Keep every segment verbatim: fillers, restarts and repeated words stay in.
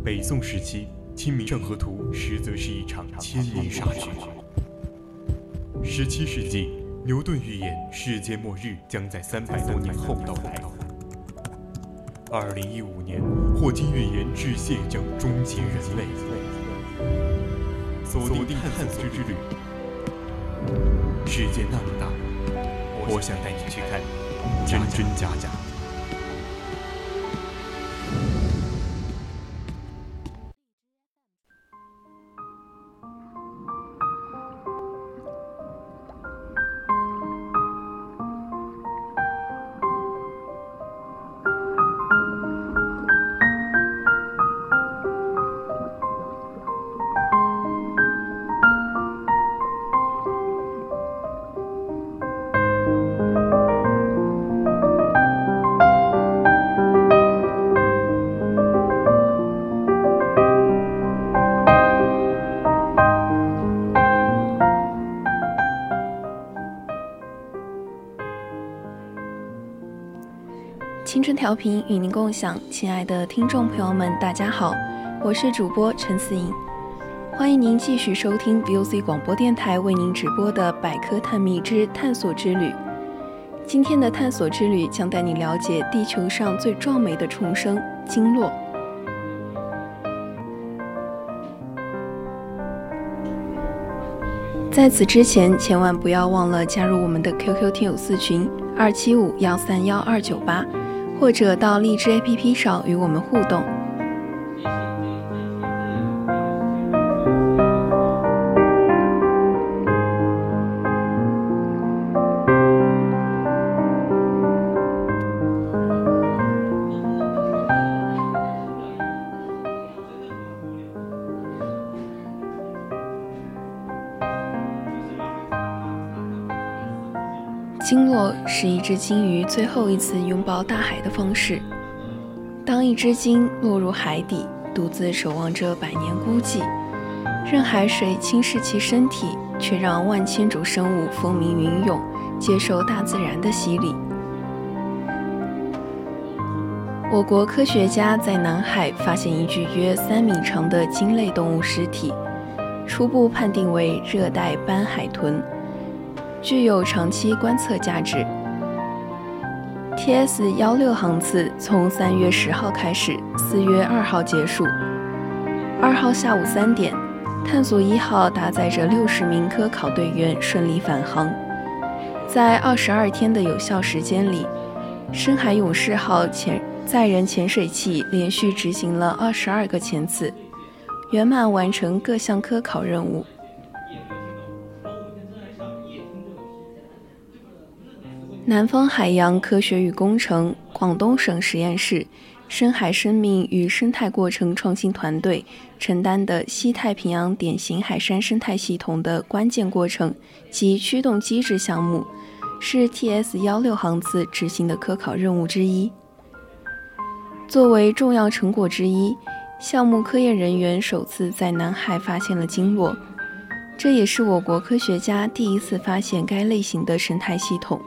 北宋时期，《清明上河图》实则是一场千年杀局。十七世纪，牛顿预言世界末日将在三百多年后到来。二零一五年，霍金预言致谢将终结人类。锁定探索之旅，世界那么大，我想带你去看真真假假。 青春调频与您共享，亲爱的听众朋友们，大家好，我是主播陈思颖，欢迎您继续收听 V O C 广播电台为您直播的百科探秘之探索之旅。今天的探索之旅将带你了解地球上最壮美的虫生——经络。在此之前，千万不要忘了加入我们的 Q Q 听友四群二七五幺三幺二九八。或者到荔枝 A P P 上与我们互动。经络是一只鲸鱼最后一次拥抱大海的方式。当一只鲸落入海底，独自守望着百年孤寂，任海水侵蚀其身体，却让万千种生物风鸣云涌，接受大自然的洗礼。我国科学家在南海发现一具约三米长的鲸类动物尸体，初步判定为热带斑海豚，具有长期观测价值。T S 一六 航次从三月十号开始，四月二号结束。二号下午三点，探索一号搭载着六十名科考队员顺利返航。在二十二天的有效时间里，深海勇士号潜载人潜水器连续执行了二十二个潜次，圆满完成各项科考任务。南方海洋科学与工程广东省实验室深海生命与生态过程创新团队承担的西太平洋典型海山生态系统的关键过程及驱动机制项目，是 T S 一六 航次执行的科考任务之一。作为重要成果之一，项目科研人员首次在南海发现了鲸落，这也是我国科学家第一次发现该类型的生态系统。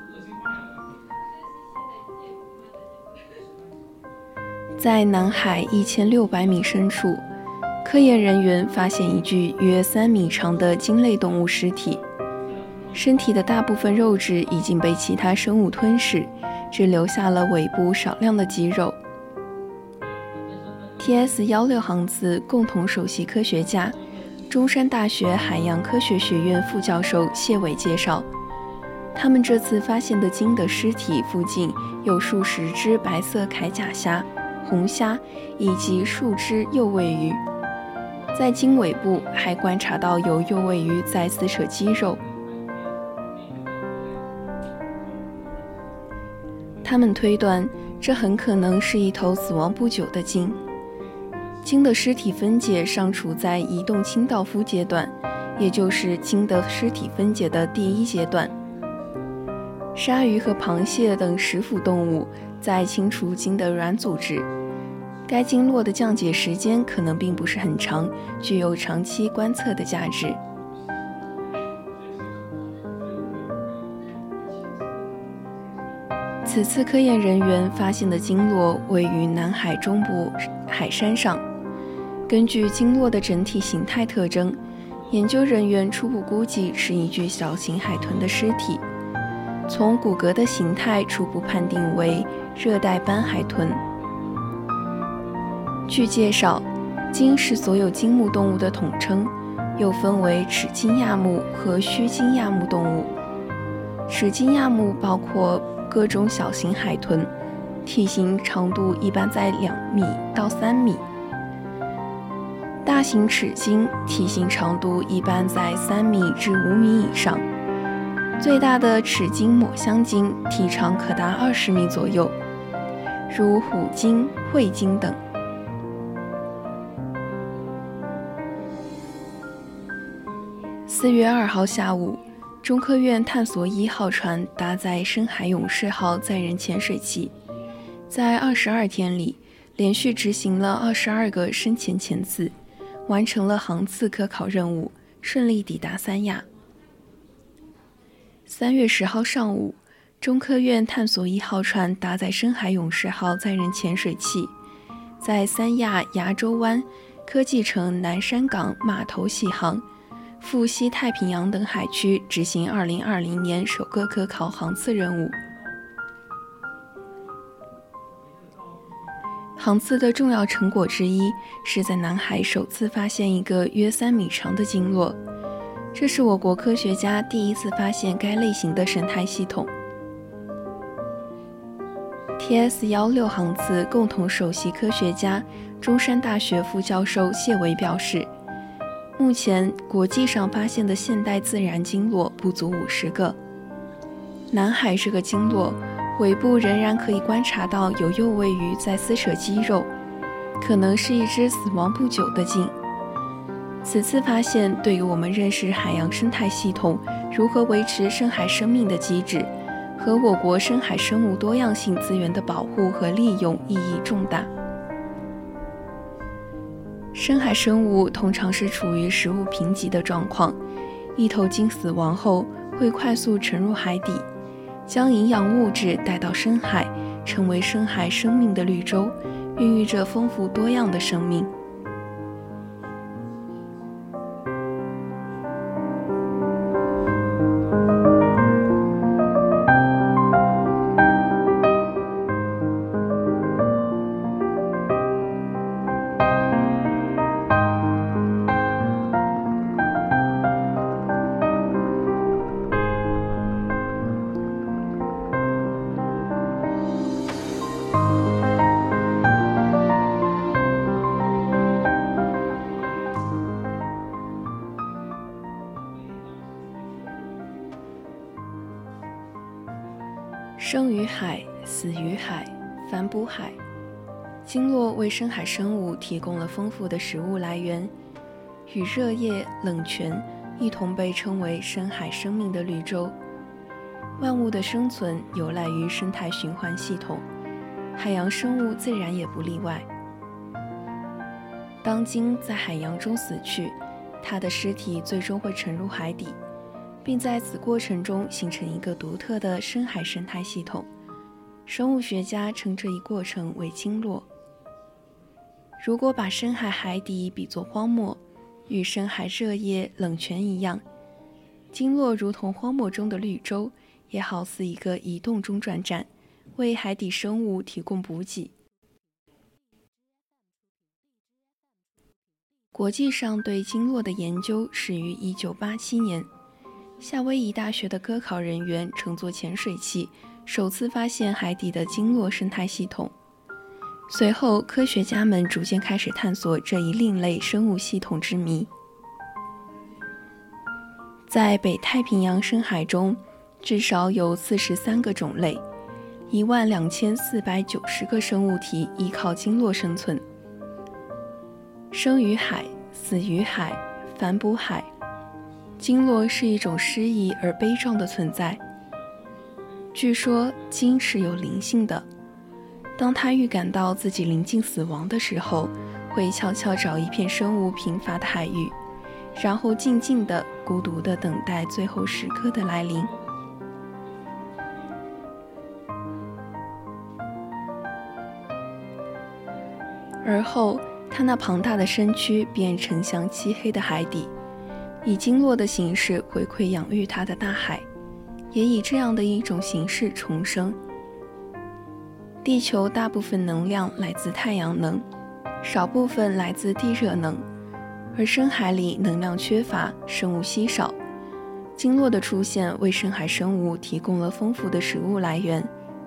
在南海一千六百米深处，科研人员发现一具约三米长的鲸类动物尸体，身体的大部分肉质已经被其他生物吞噬，只留下了尾部少量的肌肉。T S 一六 航次共同首席科学家、中山大学海洋科学学院副教授谢伟介绍，他们这次发现的鲸的尸体附近有数十只白色铠甲虾、红虾以及数只幼尾鱼，在鲸尾部还观察到有幼尾鱼在撕扯肌肉。他们推断，这很可能是一头死亡不久的鲸。鲸的尸体分解尚处在移动清道夫阶段，也就是鲸的尸体分解的第一阶段。鲨鱼和螃蟹等食腐动物在清除鲸的软组织，该鲸落的降解时间可能并不是很长，具有长期观测的价值。此次科研人员发现的鲸落位于南海中部海山上， 根据鲸落的整体形态特征，研究人员初步估计是一具小型海豚的尸体，从骨骼的形态初步判定为热带斑海豚。据介绍，鲸是所有鲸目动物的统称，又分为齿鲸亚目和须鲸亚目动物。齿鲸亚目包括各种小型海豚，体型长度一般在两米到三米。大型齿鲸体型长度一般在三米至五米以上，最大的齿鲸抹香鲸体长可达二十米左右，如虎鲸、喙鲸等。四月二号下午，中科院探索一号船搭载深海勇士号载人潜水器，在二十二天里连续执行了二十二个深潜潜次，完成了航次科考任务，顺利抵达三亚。三月十号上午，中科院探索一号船搭载深海勇士号载人潜水器，在三亚牙洲湾、科技城南山港码头起航，赴西太平洋等海区执行二零二零年首个科考航次任务。航次的重要成果之一是在南海首次发现一个约三米长的鲸落，这是我国科学家第一次发现该类型的生态系统。T S 十六 航次共同首席科学家、中山大学副教授谢维表示，目前国际上发现的现代自然鲸落不足五十个。南海这个鲸落尾部仍然可以观察到有幼尾鱼在撕扯肌肉，可能是一只死亡不久的鲸。此次发现对于我们认识海洋生态系统如何维持深海生命的机制和我国深海生物多样性资源的保护和利用意义重大。深海生物通常是处于食物贫瘠的状况，一头鲸死亡后会快速沉入海底，将营养物质带到深海，成为深海生命的绿洲，孕育着丰富多样的生命。生于海，死于海，反哺海。鲸落为深海生物提供了丰富的食物来源，与热液、冷泉一同被称为深海生命的绿洲。万物的生存有赖于生态循环系统，海洋生物自然也不例外。当鲸在海洋中死去，它的尸体最终会沉入海底，并在此过程中形成一个独特的深海生态系统。生物学家称这一过程为鲸落。如果把深海海底比作荒漠，与深海热液、冷泉一样，鲸落如同荒漠中的绿洲，也好似一个移动中转站，为海底生物提供补给。国际上对鲸落的研究始于一九八七年，夏威夷大学的科考人员乘坐潜水器首次发现海底的鲸落生态系统。随后，科学家们逐渐开始探索这一另类生物系统之谜。在北太平洋深海中，至少有四十三个种类，一万两千四百九十个生物体依靠鲸落生存。生于海，死于海，反哺海。鲸落是一种诗意而悲壮的存在。据说鲸是有灵性的，当它预感到自己临近死亡的时候，会悄悄找一片生物贫乏的海域，然后静静地、孤独地等待最后时刻的来临。而后它那庞大的身躯便沉向漆黑的海底，以鲸落的形式回馈养育它的大海，也以这样的一种形式重生。地球大部分能量来自太阳能，少部分来自地热能，而深海里能量缺乏，生物稀少，鲸落的出现为深海生物提供了丰富的食物来源。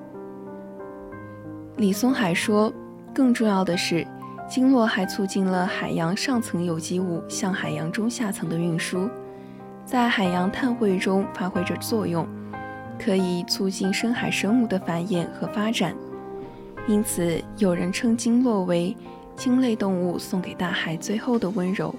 李松海说，更重要的是，鲸落还促进了海洋上层有机物向海洋中下层的运输，在海洋碳汇中发挥着作用，可以促进深海生物的繁衍和发展。因此，有人称鲸落为鲸类动物送给大海最后的温柔。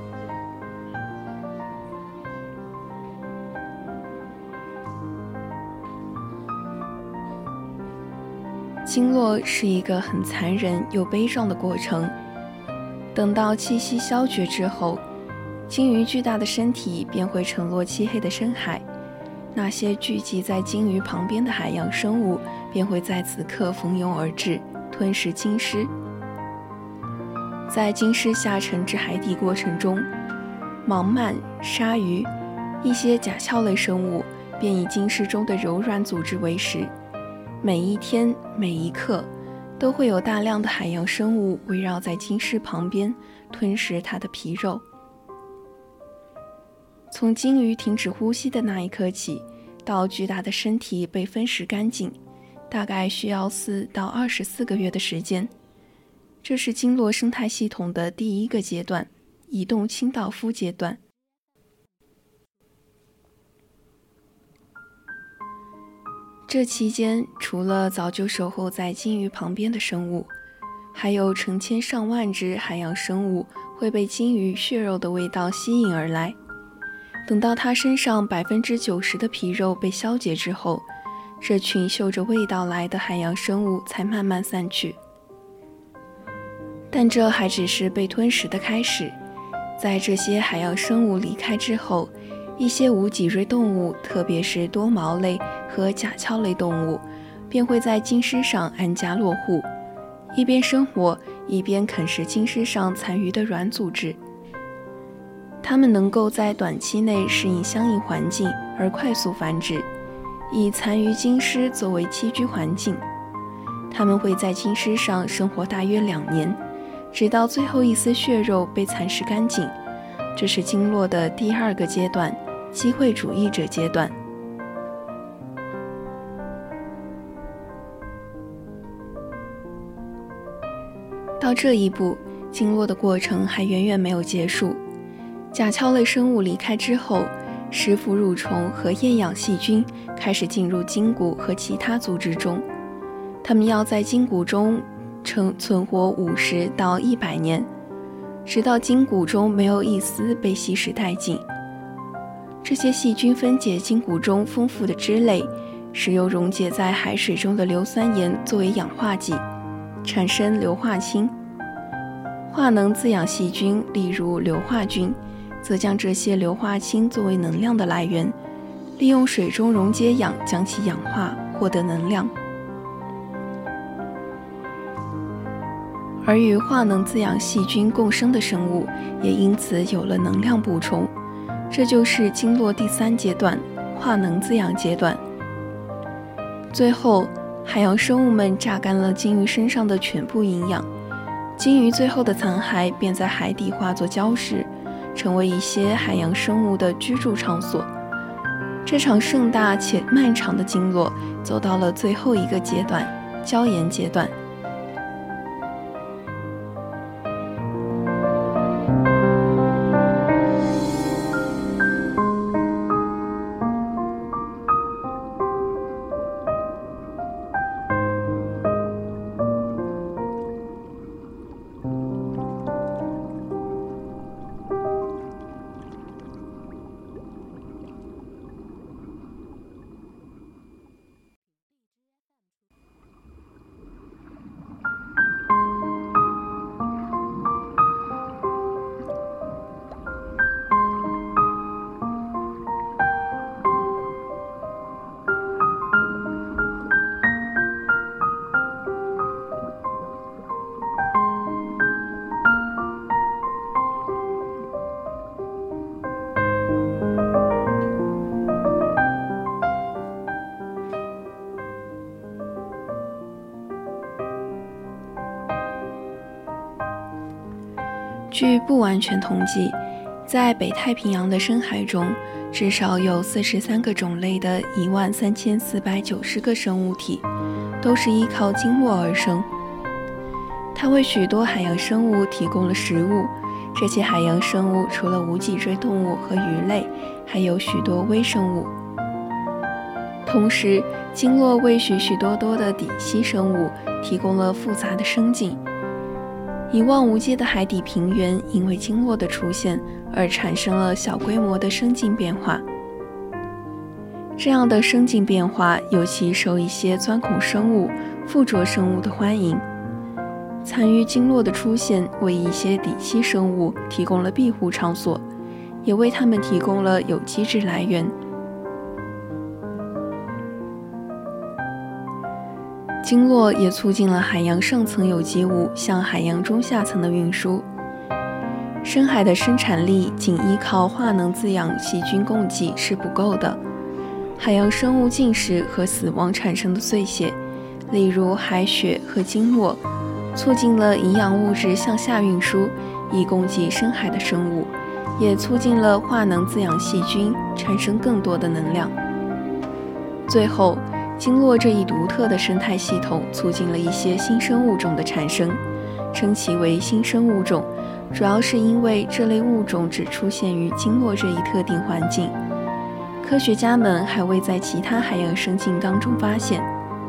鲸落是一个很残忍又悲壮的过程。等到气息消绝之后，鲸鱼巨大的身体便会沉落漆黑的深海，那些聚集在鲸鱼旁边的海洋生物便会在此刻蜂拥而至，吞噬鲸尸。在鲸尸下沉至海底过程中，盲鳗、鲨鱼、一些甲壳类生物便以鲸尸中的柔软组织为食。每一天每一刻都会有大量的海洋生物围绕在鲸尸旁边吞食它的皮肉。从鲸鱼停止呼吸的那一刻起，到巨大的身体被分食干净，大概需要四到二十四个月的时间。这是鲸落生态系统的第一个阶段，移动清道夫阶段。这期间，除了早就守候在鲸鱼旁边的生物，还有成千上万只海洋生物会被鲸鱼血肉的味道吸引而来。等到它身上百分之九十的皮肉被消解之后，这群嗅着味道来的海洋生物才慢慢散去。但这还只是被吞食的开始。在这些海洋生物离开之后，一些无脊椎动物，特别是多毛类和甲壳类动物，便会在鲸尸上安家落户，一边生活一边啃食鲸尸上残余的软组织。它们能够在短期内适应相应环境而快速繁殖，以残余鲸尸作为栖居环境。它们会在鲸尸上生活大约两年，直到最后一丝血肉被蚕食干净。这是鲸落的第二个阶段，机会主义者阶段。到这一步，鲸落的过程还远远没有结束。甲壳类生物离开之后，食腐蠕虫和厌氧细菌开始进入筋骨和其他组织中，它们要在筋骨中存存活五十到一百年，直到筋骨中没有一丝被吸食殆尽。这些细菌分解筋骨中丰富的脂类，使用溶解在海水中的硫酸盐作为氧化剂，产生硫化氢。化能滋养细菌，例如硫化菌，则将这些硫化氢作为能量的来源，利用水中溶解氧将其氧化，获得能量。而与化能滋养细菌共生的生物也因此有了能量补充，这就是鲸落第三阶段，化能滋养阶段。最后，海洋生物们榨干了鲸鱼身上的全部营养，鲸鱼最后的残骸便在海底化作礁石，成为一些海洋生物的居住场所。这场盛大且漫长的鲸落走到了最后一个阶段，礁岩阶段。 据不完全统计，在北太平洋的深海中，至少有四十三个种类的一万三千四百九十个生物体，都是依靠鲸落而生。它为许多海洋生物提供了食物，这些海洋生物除了无脊椎动物和鱼类，还有许多微生物。同时，鲸落为许许多多的底栖生物提供了复杂的生境。一望无际的海底平原因为鲸落的出现而产生了小规模的生境变化。这样的生境变化尤其受一些钻孔生物、附着生物的欢迎。残余鲸落的出现为一些底栖生物提供了庇护场所，也为它们提供了有机质来源。鲸落也促进了海洋上层有机物向海洋中下层的运输。深海的生产力仅依靠化能滋养细菌供给是不够的，海洋生物进食和死亡产生的碎屑，例如海雪和鲸落，促进了营养物质向下运输，以供给深海的生物，也促进了化能滋养细菌产生更多的能量。最后，鲸落这一独特的生态系统促进了一些新生物种的产生，称其为新生物种，主要是因为这类物种只出现于鲸落这一特定环境。科学家们还未在其他海洋生境当中发现。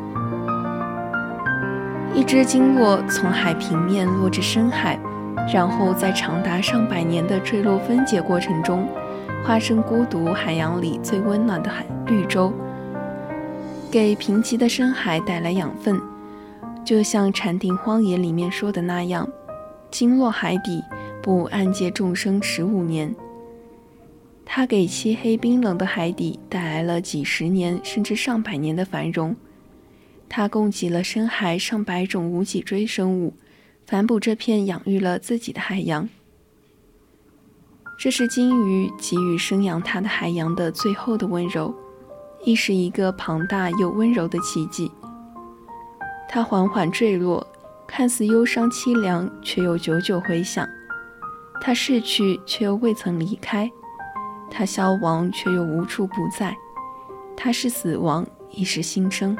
一只鲸落从海平面落至深海，然后在长达上百年的坠落分解过程中，化身孤独海洋里最温暖的海绿洲，给贫瘠的深海带来养分。就像《禅定荒野》里面说的那样，鲸落海底，不暗界众生十五年。它给漆黑冰冷的海底带来了几十年甚至上百年的繁荣。它供给了深海上百种无脊椎生物，反哺这片养育了自己的海洋。这是鲸鱼给予生养它的海洋的最后的温柔，亦是一个庞大又温柔的奇迹。它缓缓坠落，看似忧伤凄凉，却又久久回响。它逝去，却又未曾离开；它消亡，却又无处不在。它是死亡，亦是新生。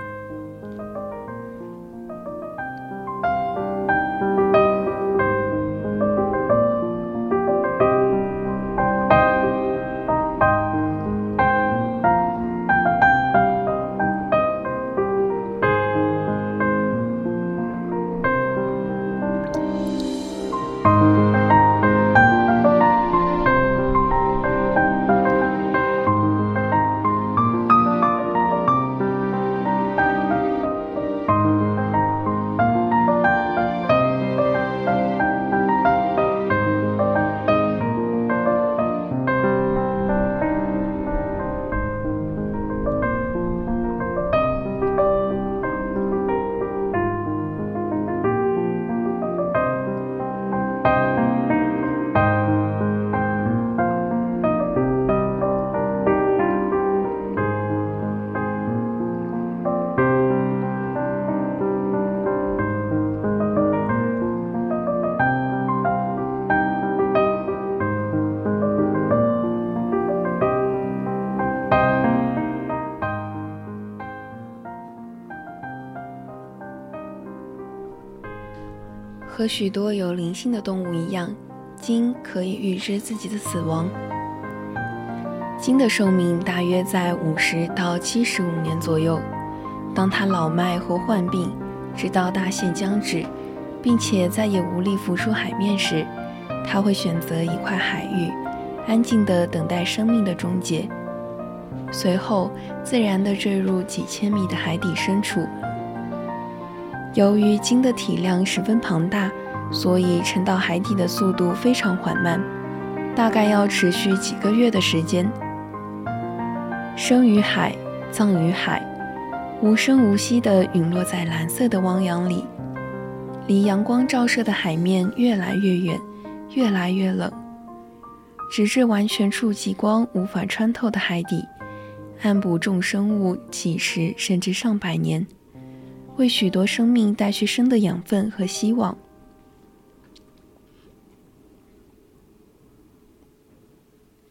和许多有灵性的动物一样，鲸可以预知自己的死亡。鲸的寿命大约在五十到七十五年左右。当它老迈或患病，直到大限将至，并且再也无力浮出海面时，它会选择一块海域，安静地等待生命的终结，随后自然地坠入几千米的海底深处。由于鲸的体量十分庞大，所以沉到海底的速度非常缓慢，大概要持续几个月的时间。生于海，葬于海，无声无息地陨落在蓝色的汪洋里，离阳光照射的海面越来越远，越来越冷，直至完全触及光无法穿透的海底，暗捕众生物几十甚至上百年，为许多生命带去生的养分和希望。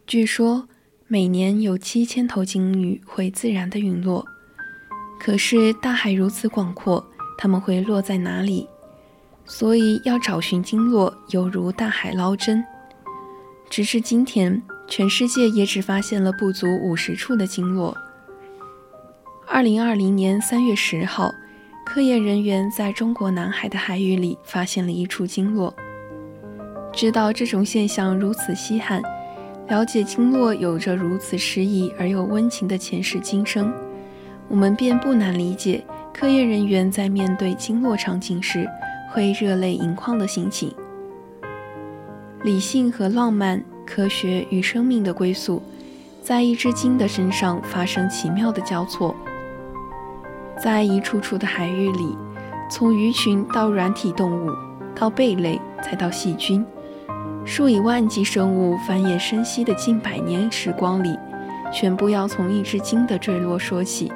据说每年有七千头鲸鱼会自然地陨落，可是大海如此广阔，它们会落在哪里？所以要找寻鲸落犹如大海捞针。直至今天，全世界也只发现了不足五十处的鲸落。二零二零年三月十号，科研人员在中国南海的海域里发现了一处鲸落。知道这种现象如此稀罕，了解鲸落有着如此诗意而又温情的前世今生，我们便不难理解科研人员在面对鲸落场景时会热泪盈眶的心情。理性和浪漫，科学与生命的归宿，在一只鲸的身上发生奇妙的交错。在一处处的海域里，从鱼群到软体动物，到贝类，再到细菌，数以万计生物繁衍生息的近百年时光里，全部要从一只鲸的坠落说起。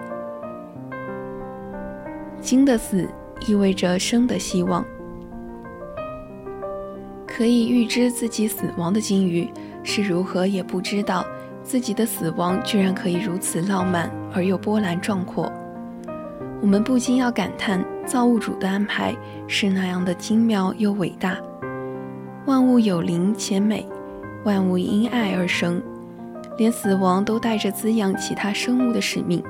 鲸的死意味着生的希望。可以预知自己死亡的鲸鱼是如何也不知道，自己的死亡居然可以如此浪漫而又波澜壮阔。我们不禁要感叹，造物主的安排是那样的精妙又伟大。万物有灵且美，万物因爱而生，连死亡都带着滋养其他生物的使命。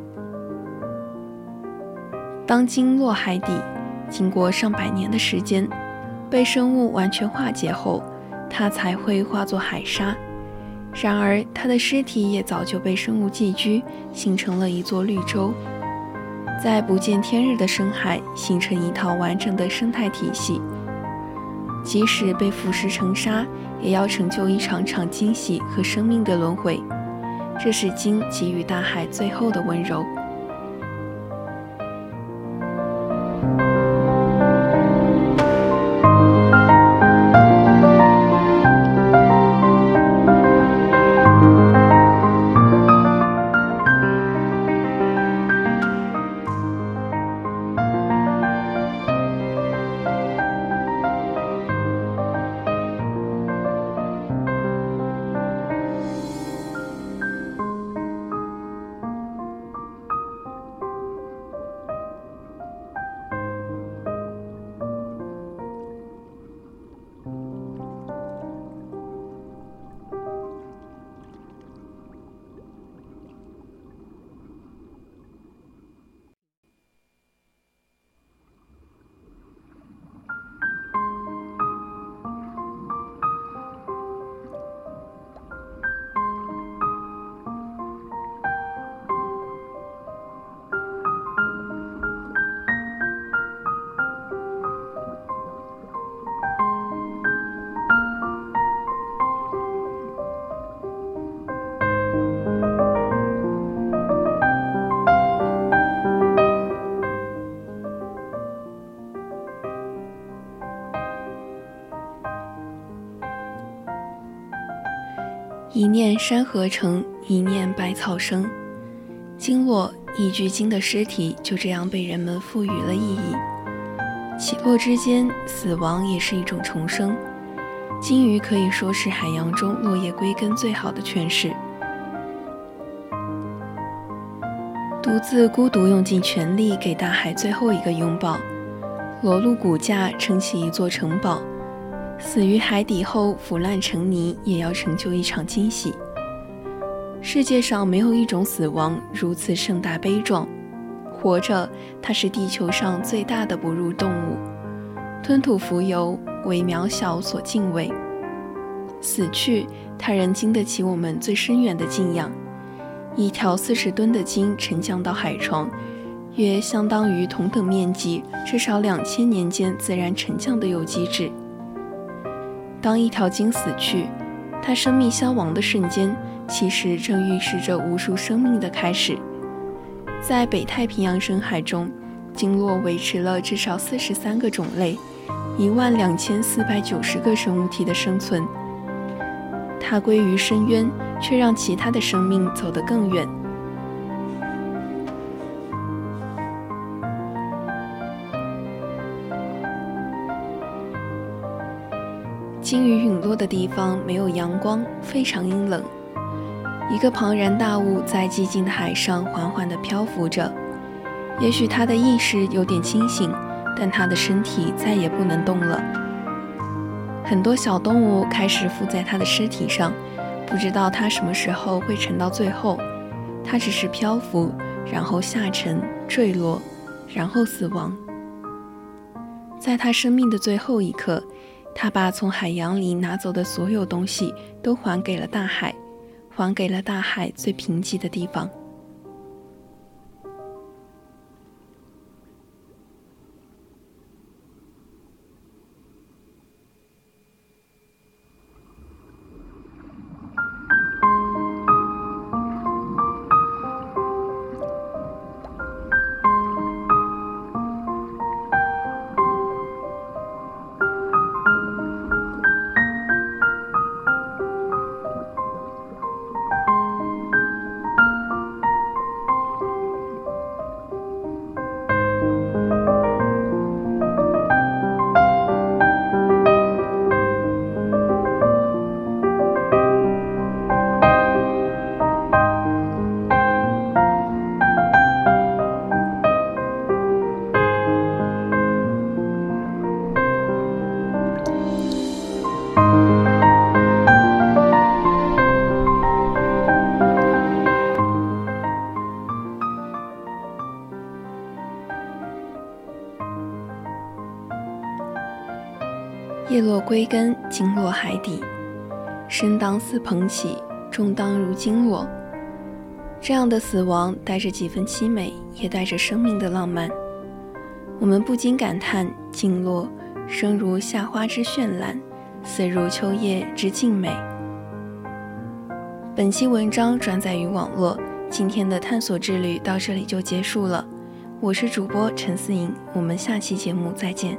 当鲸落海底，经过上百年的时间，被生物完全化解后，它才会化作海沙。然而它的尸体也早就被生物寄居，形成了一座绿洲，在不见天日的深海形成一套完整的生态体系。即使被腐蚀成沙，也要成就一场场惊喜和生命的轮回。这是鲸给予大海最后的温柔。一念山河成，一念百草生。鲸落，一具鲸的尸体就这样被人们赋予了意义。起落之间，死亡也是一种重生。鲸鱼可以说是海洋中落叶归根最好的诠释。独自孤独用尽全力给大海最后一个拥抱，裸露骨架撑起一座城堡，死于海底后腐烂成泥，也要成就一场惊喜。世界上没有一种死亡如此盛大悲壮。活着，它是地球上最大的哺乳动物，吞吐浮游，为渺小所敬畏。死去，它仍经得起我们最深远的敬仰。一条四十吨的鲸沉降到海床，约相当于同等面积至少两千年间自然沉降的有机质。当一条鲸死去，它生命消亡的瞬间，其实正预示着无数生命的开始。在北太平洋深海中，鲸落维持了至少四十三个种类，一万两千四百九十个生物体的生存。它归于深渊，却让其他的生命走得更远。 金鱼陨落的地方没有阳光，非常阴冷。一个庞然大物在寂静的海上缓缓地漂浮着，也许它的意识有点清醒，但它的身体再也不能动了。很多小动物开始附在它的尸体上，不知道它什么时候会沉到最后。它只是漂浮，然后下沉坠落，然后死亡。在它生命的最后一刻，它把从海洋里拿走的所有东西都还给了大海，还给了大海最贫瘠的地方。叶落归根，经落海底，生当似蓬起，终当如经落。这样的死亡带着几分凄美，也带着生命的浪漫。我们不禁感叹，经落生如夏花之绚烂，死如秋叶之静美。本期文章转载于网络，今天的探索之旅到这里就结束了。我是主播陈思颖，我们下期节目再见。